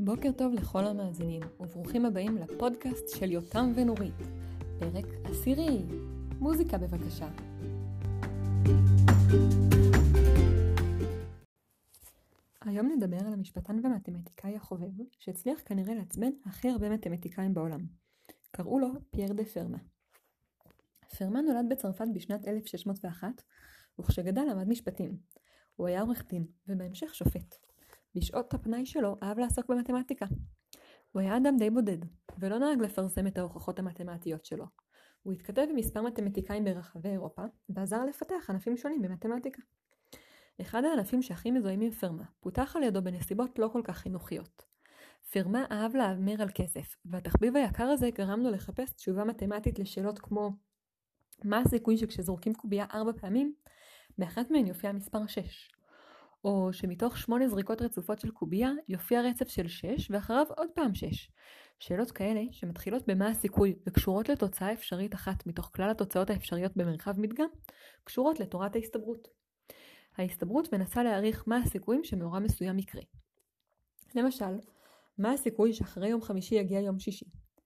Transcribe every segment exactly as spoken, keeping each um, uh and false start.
בוקר טוב לכל המאזינים, וברוכים הבאים לפודקאסט של יותם ונורית. פרק עשירי. מוזיקה בבקשה. היום נדבר על המשפטן ומתמטיקאי החובב, שהצליח כנראה לעצבן הכי הרבה מתמטיקאים בעולם. קראו לו פייר דה פרמה. פרמה נולד בצרפת בשנת אלף שש מאות ואחת, וכשגדל למד משפטים. הוא היה עורך דין, ובהמשך שופט. בשעות הפנאי שלו אהב לעסוק במתמטיקה. הוא היה אדם די בודד, ולא נהג לפרסם את ההוכחות המתמטיות שלו. הוא התכתב עם מספר מתמטיקאים ברחבי אירופה, ועזר לפתח ענפים שונים במתמטיקה. אחד הענפים שהכי מזוהים עם פרמה, פותח על ידו בנסיבות לא כל כך חינוכיות. פרמה אהב להמר על כסף, והתחביב היקר הזה גרם לו לחפש תשובה מתמטית לשאלות כמו מה הסיכוי שכשזורקים קובייה ארבע פעמים, באחת מהן יופיע מספר שש. או שמתוך שמונה זריקות רצופות של קובייה יופיע רצף של שש ואחריו עוד פעם שש. שאלות כאלה שמתחילות במה הסיכוי וקשורות לתוצאה אפשרית אחת מתוך כלל התוצאות האפשריות במרחב מדגם, קשורות לתורת ההסתברות. ההסתברות מנסה להעריך מה הסיכויים שמאורע מסוים יקרה. למשל, מה הסיכוי שאחרי יום חמישי יגיע יום שישי?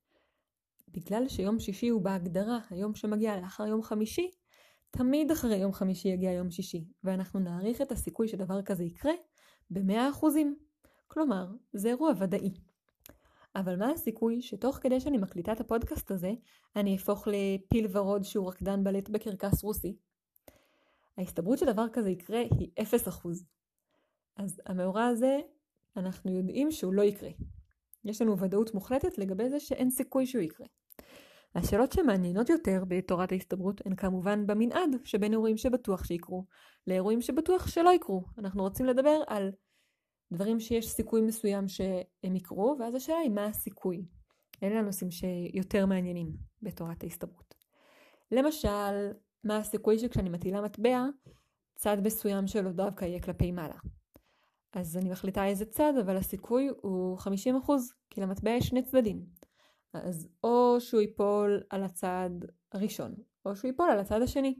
בגלל שיום שישי הוא בהגדרה היום שמגיע לאחר יום חמישי, תמיד אחרי יום חמישי יגיע יום שישי, ואנחנו נעריך את הסיכוי שדבר כזה יקרה ב-מאה אחוזים. כלומר, זה אירוע ודאי. אבל מה הסיכוי שתוך כדי שאני מקליטה את הפודקאסט הזה, אני אהפוך לפיל ורוד שהוא רקדן בלט בקרקס רוסי? ההסתברות שדבר כזה יקרה היא אפס אחוז. אז המאורע הזה, אנחנו יודעים שהוא לא יקרה. יש לנו ודאות מוחלטת לגבי זה שאין סיכוי שהוא יקרה. השאלות שמעניינות יותר בתורת ההסתברות הן כמובן במנעד שבין אירועים שבטוח שיקרו לאירועים שבטוח שלא יקרו. אנחנו רוצים לדבר על דברים שיש סיכוי מסוים שהם יקרו, ואז השאלה היא מה הסיכוי. אלה הנושאים שיותר מעניינים בתורת ההסתברות. למשל, מה הסיכוי שכשאני מטילה מטבע, צד מסוים שלו דווקא יהיה כלפי מעלה. אז אני מחליטה איזה צד, אבל הסיכוי הוא חמישים אחוז, כי למטבע יש שני צדדים. אז או שהוא ייפול על הצד הראשון, או שהוא ייפול על הצד השני.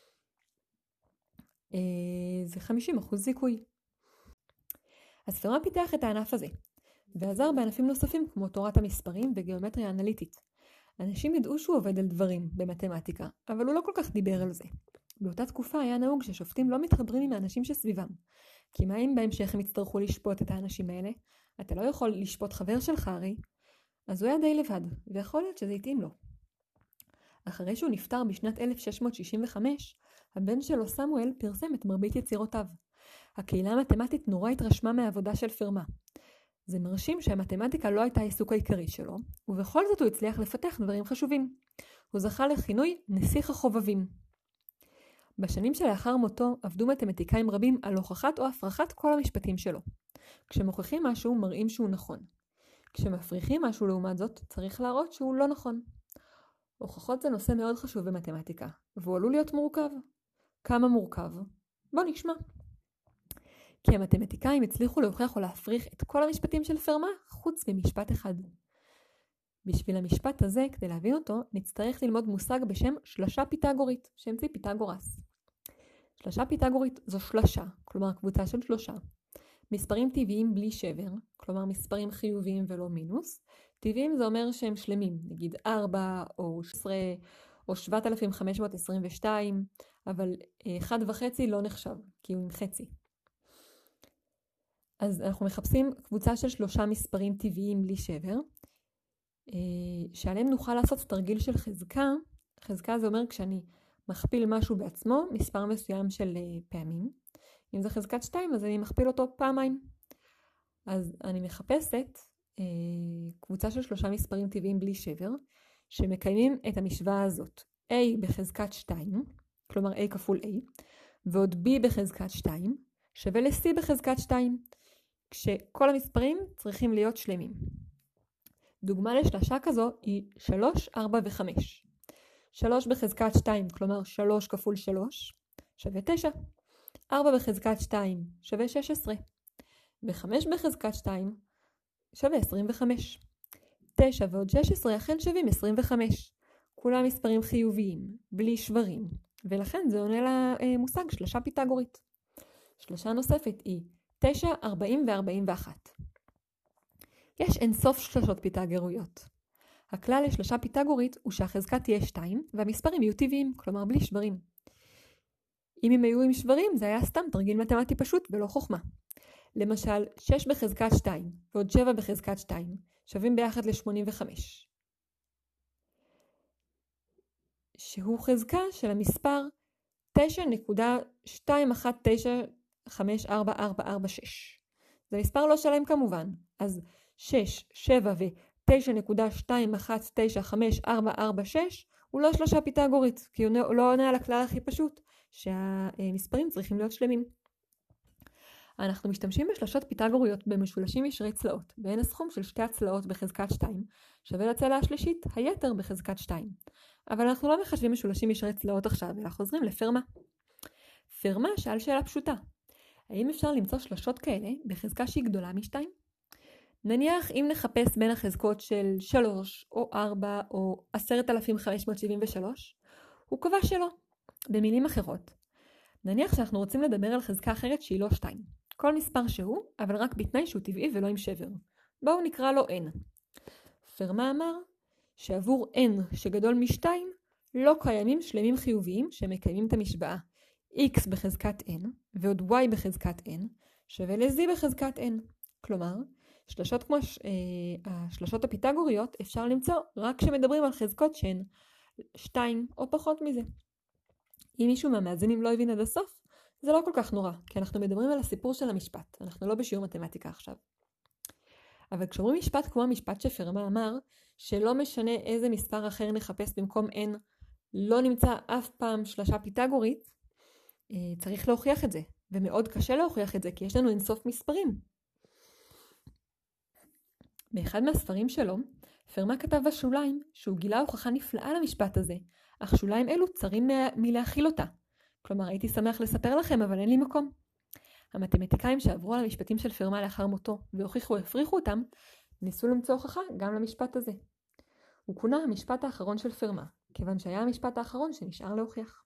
זה חמישים אחוז סיכוי. אז פרמה פיתח את הענף הזה, ועזר בענפים נוספים כמו תורת המספרים וגיאומטריה אנליטית. אנשים ידעו שהוא עובד על דברים במתמטיקה, אבל הוא לא כל כך דיבר על זה. באותה תקופה היה נהוג ששופטים לא מתחברים עם האנשים שסביבם. כי מה אם בהמשך הם יצטרכו לשפוט את האנשים האלה? אתה לא יכול לשפוט חבר שלך הרי. אז הוא היה די לבד, ויכול להיות שזה התאים לו. אחרי שהוא נפטר בשנת אלף שש מאות שישים וחמש, הבן שלו סמואל פרסם את מרבית יצירותיו. הקהילה המתמטית נורא התרשמה מהעבודה של פרמה. זה מרשים שהמתמטיקה לא הייתה העיסוק העיקרי שלו, ובכל זאת הוא הצליח לפתח דברים חשובים. הוא זכה לכינוי נסיך החובבים. בשנים שלאחר מותו עבדו מתמטיקאים רבים על הוכחת או הפרחת כל המשפטים שלו. כשמוכיחים משהו מראים שהוא נכון. כשמפריחים משהו לעומת זאת, צריך להראות שהוא לא נכון. הוכחות זה נושא מאוד חשוב במתמטיקה, והוא עלול להיות מורכב. כמה מורכב? בוא נשמע. כי המתמטיקאים הצליחו להוכיח או להפריך את כל המשפטים של פרמה, חוץ ממשפט אחד. בשביל המשפט הזה, כדי להבין אותו, נצטרך ללמוד מושג בשם שלשה פיתגורית, שהמציא פיתגורס. שלשה פיתגורית זו שלשה, כלומר קבוצה של שלושה. מספרים טבעיים בלי שבר, כלומר מספרים חיוביים ולא מינוס. טבעיים זה אומר שהם שלמים, נגיד ארבע או עשרה או שבעת אלפים חמש מאות עשרים ושתיים, אבל אחד וחצי לא נחשב, כי הוא עם חצי. אז אנחנו מחפשים קבוצה של שלושה מספרים טבעיים בלי שבר, שעליהם נוכל לעשות תרגיל של חזקה. חזקה זה אומר כשאני מכפיל משהו בעצמו, מספר מסוים של פעמים. אם זה חזקת שתיים, אז אני מכפיל אותו פעמיים. אז אני מחפשת אה, קבוצה של שלושה מספרים טבעיים בלי שבר, שמקיימים את המשוואה הזאת. A בחזקת שתיים, כלומר A כפול A, ועוד B בחזקת שתיים, שווה ל-C בחזקת שתיים, כשכל המספרים צריכים להיות שלמים. דוגמה לשלשה כזו היא שלוש, ארבע וחמש. שלוש בחזקת שתיים, כלומר שלוש כפול שלוש, שווה תשע. ארבע בחזקת שתיים שווה שש עשרה, ו-חמש בחזקת שתיים שווה עשרים וחמש. תשע ועוד שש עשרה אכן שווים עשרים וחמש. כולם מספרים חיוביים, בלי שברים, ולכן זה עונה למושג שלשה פיתגורית. שלשה נוספת היא תשע, ארבעים ו-ארבעים ואחת. יש אינסוף שלושות פיתגוריות. הכלל לשלושה פיתגורית הוא שהחזקה תהיה שתיים והמספרים יהיו טבעיים, כלומר בלי שברים. אם הם היו עם שברים זה היה סתם תרגיל מתמטי פשוט ולא חוכמה. למשל שש בחזקת שתיים ועוד שבע בחזקת שתיים שווים ביחד ל-שמונים וחמש. שהוא חזקה של המספר תשע נקודה שתיים אחת תשע חמש ארבע ארבע ארבע שש. זה מספר לא שלם כמובן, אז שש, שבע ו-תשע נקודה שתיים אחת תשע חמש ארבע ארבע שש הוא לא שלושה פיתגורית, כי הוא לא עונה על הכלל הכי פשוט, שהמספרים צריכים להיות שלמים. אנחנו משתמשים בשלושות פיתגוריות במשולשים ישרי צלעות, בהן הסכום של שתי הצלעות בחזקת שתיים שווה לצלע השלישית, היתר בחזקת שתיים. אבל אנחנו לא מחשבים משולשים ישרי צלעות עכשיו, אלא חוזרים לפרמה. פרמה שאל שאלה פשוטה. האם אפשר למצוא שלושות כאלה בחזקה שהיא גדולה משתיים? נניח אם נחפש בין החזקות של שלוש או ארבע או עשרת אלפים חמש מאות שבעים ושלוש, הוא קבע שלא. במילים אחרות, נניח שאנחנו רוצים לדבר על חזקה אחרת שהיא לא שתיים. כל מספר שהוא, אבל רק בתנאי שהוא טבעי ולא עם שבר. בואו נקרא לו n. פרמה אמר שעבור n שגדול משתיים לא קיימים שלמים חיוביים שמקיימים את המשוואה x בחזקת n ועוד y בחזקת n שווה ל-z בחזקת n. כלומר, שלושות כמו ש... אה, השלושות הפיתגוריות אפשר למצוא רק כשמדברים על חזקות שהן שתיים או פחות מזה. אם מישהו מהמאזינים לא הבין עד הסוף, זה לא כל כך נורא, כי אנחנו מדברים על הסיפור של המשפט, אנחנו לא בשיעור מתמטיקה עכשיו. אבל כשאומרים משפט כמו המשפט שפרמה אמר, שלא משנה איזה מספר אחר נחפש במקום n, לא נמצא אף פעם שלושה פיתגורית, צריך להוכיח את זה, ומאוד קשה להוכיח את זה, כי יש לנו אינסוף מספרים. באחד מהספרים שלו, פרמה כתב בשוליים שהוא גילה הוכחה נפלאה למשפט הזה, אך שוליים אלו צרים מלהכיל אותה. כלומר, הייתי שמח לספר לכם, אבל אין לי מקום. המתמטיקאים שעברו על המשפטים של פרמה לאחר מותו והוכיחו והפריחו אותם, ניסו למצוא הוכחה גם למשפט הזה. הוא כונה המשפט האחרון של פרמה, כיוון שהיה המשפט האחרון שנשאר להוכיח.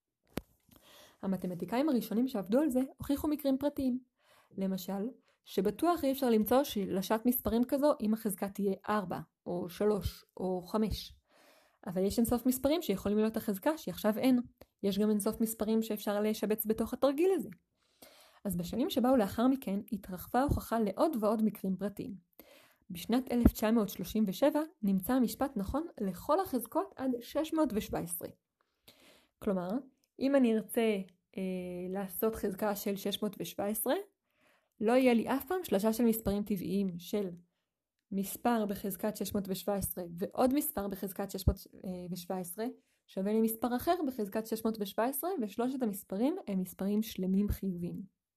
המתמטיקאים הראשונים שעבדו על זה הוכיחו מקרים פרטיים. למשל, שבטוח אי אפשר למצוא שלשת מספרים כזו אם החזקה תהיה ארבע, או שלוש, או חמש. אבל יש אינסוף מספרים שיכולים להיות החזקה שעכשיו אין. יש גם אינסוף מספרים שאפשר לשבץ בתוך התרגיל הזה. אז בשנים שבאו לאחר מכן התרחבה ההוכחה לעוד ועוד מקרים פרטיים. בשנת אלף תשע מאות שלושים ושבע נמצא המשפט נכון לכל החזקות עד שש מאות שבע עשרה. כלומר, אם אני ארצה אה, לעשות חזקה של שש מאות שבע עשרה, לא יהיה לי אף פעם שלושה של מספרים טבעיים של מספר בחזקת שש מאות שבע עשרה ועוד מספר בחזקת שש מאות שבע עשרה שווה לי מספר אחר בחזקת שש מאות שבע עשרה, ושלושת המספרים הם מספרים שלמים חיוביים.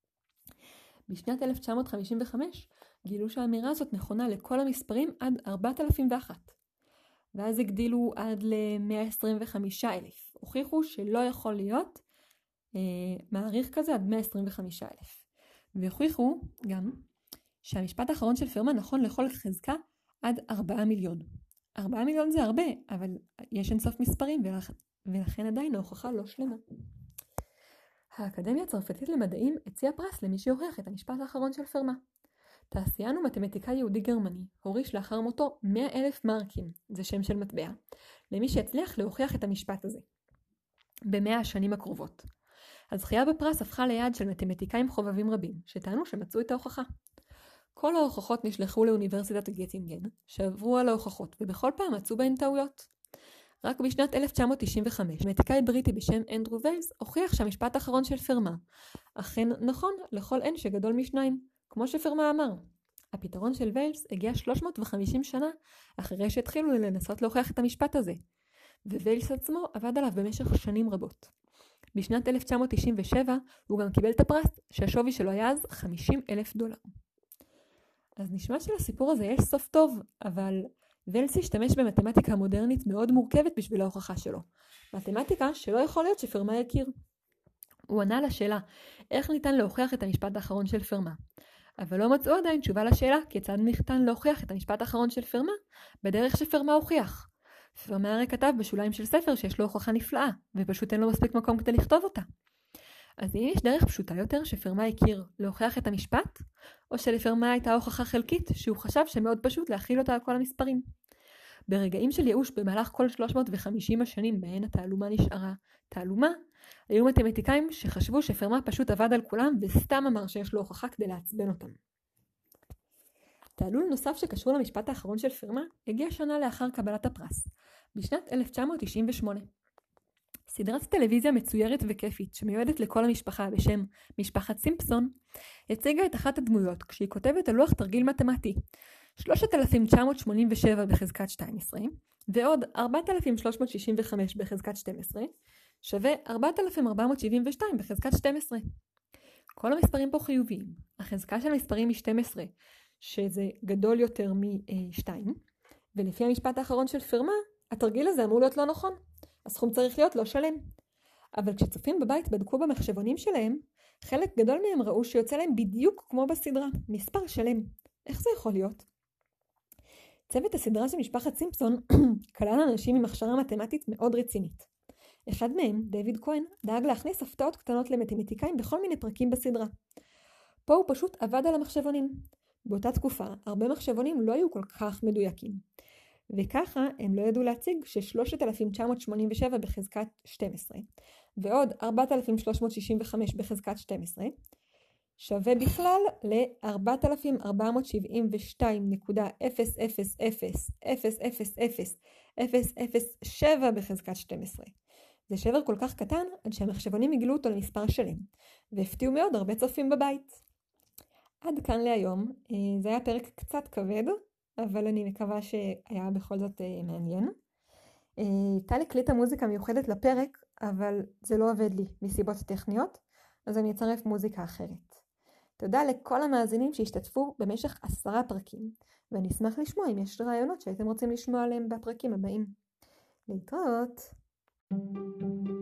בשנת אלף תשע מאות חמישים וחמש גילו שהאמירה הזאת נכונה לכל המספרים עד ארבעת אלפים ואחת. ואז הגדילו עד ל-מאה עשרים וחמישה אלף. הוכיחו שלא יכול להיות אה, מעריך כזה עד מאה עשרים וחמישה אלף. והוכיחו גם שהמשפט האחרון של פרמה נכון לכל חזקה עד ארבעה מיליון. ארבעה מיליון זה הרבה, אבל יש אינסוף מספרים ולכ... ולכן עדיין ההוכחה לא שלמה. האקדמיה הצרפתית למדעים הציעה פרס למי שהוכיח את המשפט האחרון של פרמה. תעשיין ומתמטיקאי יהודי גרמני הוריש לאחר מותו מאה אלף מרקים, זה שם של מטבע, למי שהצליח להוכיח את המשפט הזה. במאה השנים הקרובות. הזכייה בפרס הפכה ליעד של מתמטיקאים חובבים רבים, שטענו שמצאו את ההוכחה. כל ההוכחות נשלחו לאוניברסיטת גטינגן, שעברו על ההוכחות, ובכל פעם מצאו בהן טעויות. רק בשנת אלף תשע מאות תשעים וחמש, מתמטיקאי בריטי בשם אנדרו ויילס הוכיח שהמשפט האחרון של פרמה אכן נכון לכל n שגדול משניים, כמו שפרמה אמר. הפתרון של ויילס הגיע שלוש מאות וחמישים שנה אחרי שהתחילו לנסות להוכיח את המשפט הזה, וויילס עצמו עבד עליו במשך שנים רבות. בשנת אלף תשע מאות תשעים ושבע הוא גם קיבל את הפרס שהשווי שלו היה אז חמישים אלף דולר. אז נשמע שלסיפור הזה יש סוף טוב, אבל ויילס השתמש במתמטיקה מודרנית מאוד מורכבת בשביל ההוכחה שלו. מתמטיקה שלא יכול להיות שפרמה יכיר. הוא ענה לשאלה איך ניתן להוכיח את המשפט האחרון של פרמה. אבל לא מצאו עדיין תשובה לשאלה כיצד ניתן להוכיח את המשפט האחרון של פרמה בדרך שפרמה הוכיח. פרמה הרי כתב בשוליים של ספר שיש לו הוכחה נפלאה, ופשוט אין לו מספיק מקום כדי לכתוב אותה. אז האם יש דרך פשוטה יותר שפרמה הכיר להוכיח את המשפט, או שלפרמה הייתה הוכחה חלקית שהוא חשב שמאוד פשוט להכיל אותה על כל המספרים? ברגעים של ייאוש במהלך כל שלוש מאות וחמישים השנים בהן התעלומה נשארה תעלומה, היו מתמטיקאים שחשבו שפרמה פשוט עבד על כולם וסתם אמר שיש לו הוכחה כדי לעצבן אותם. תעלול נוסף שקשור למשפט האחרון של פרמה הגיע שנה לאחר קבלת הפרס, בשנת אלף תשע מאות תשעים ושמונה. סדרת טלוויזיה מצוירת וכיפית שמיועדת לכל המשפחה בשם משפחת סימפסון, הציגה את אחת הדמויות כשהיא כותבת על לוח תרגיל מתמטי שלושת אלפים תשע מאות שמונים ושבע בחזקת שתים עשרה ועוד ארבעת אלפים שלוש מאות שישים וחמש בחזקת שתים עשרה שווה ארבעת אלפים ארבע מאות שבעים ושתיים בחזקת שתים עשרה. כל המספרים פה חיוביים. החזקה של המספרים היא שתים עשרה, שזה גדול יותר מ-שתיים, ולפי המשפט האחרון של פרמה, התרגיל הזה אמור להיות לא נכון. הסכום צריך להיות לא שלם. אבל כשצופים בבית בדקו במחשבונים שלהם, חלק גדול מהם ראו שיוצא להם בדיוק כמו בסדרה, מספר שלם. איך זה יכול להיות? צוות הסדרה של משפחת סימפסון כלל אנשים עם הכשרה מתמטית מאוד רצינית. אחד מהם, דיוויד כהן, דאג להכניס הפתעות קטנות למתמטיקאים בכל מיני פרקים בסדרה. פה הוא פשוט עבד על המחשבונים. באותה תקופה, הרבה מחשבונים לא היו כל כך מדויקים. וככה הם לא ידעו להציג ש-שלושת אלפים תשע מאות שמונים ושבע בחזקת שתים עשרה ועוד ארבעת אלפים שלוש מאות שישים וחמש בחזקת שתים עשרה שווה בכלל ל-ארבעת אלפים ארבע מאות שבעים ושתיים נקודה אפס אפס אפס אפס אפס אפס אפס אפס שבע בחזקת שתים עשרה. זה שבר כל כך קטן עד שהמחשבונים הגלו אותו למספר שלם, והפתיעו מאוד הרבה צופים בבית. עד כאן להיום, זה היה פרק קצת כבד, אבל אני מקווה שהיה בכל זאת מעניין. טלי הקליטה מוזיקה מיוחדת לפרק, אבל זה לא עובד לי מסיבות טכניות, אז אני אצרף מוזיקה אחרת. תודה לכל המאזינים שהשתתפו במשך עשרה פרקים, ואני אשמח לשמוע אם יש רעיונות שהייתם רוצים לשמוע עליהם בפרקים הבאים. להתראות! Thank you.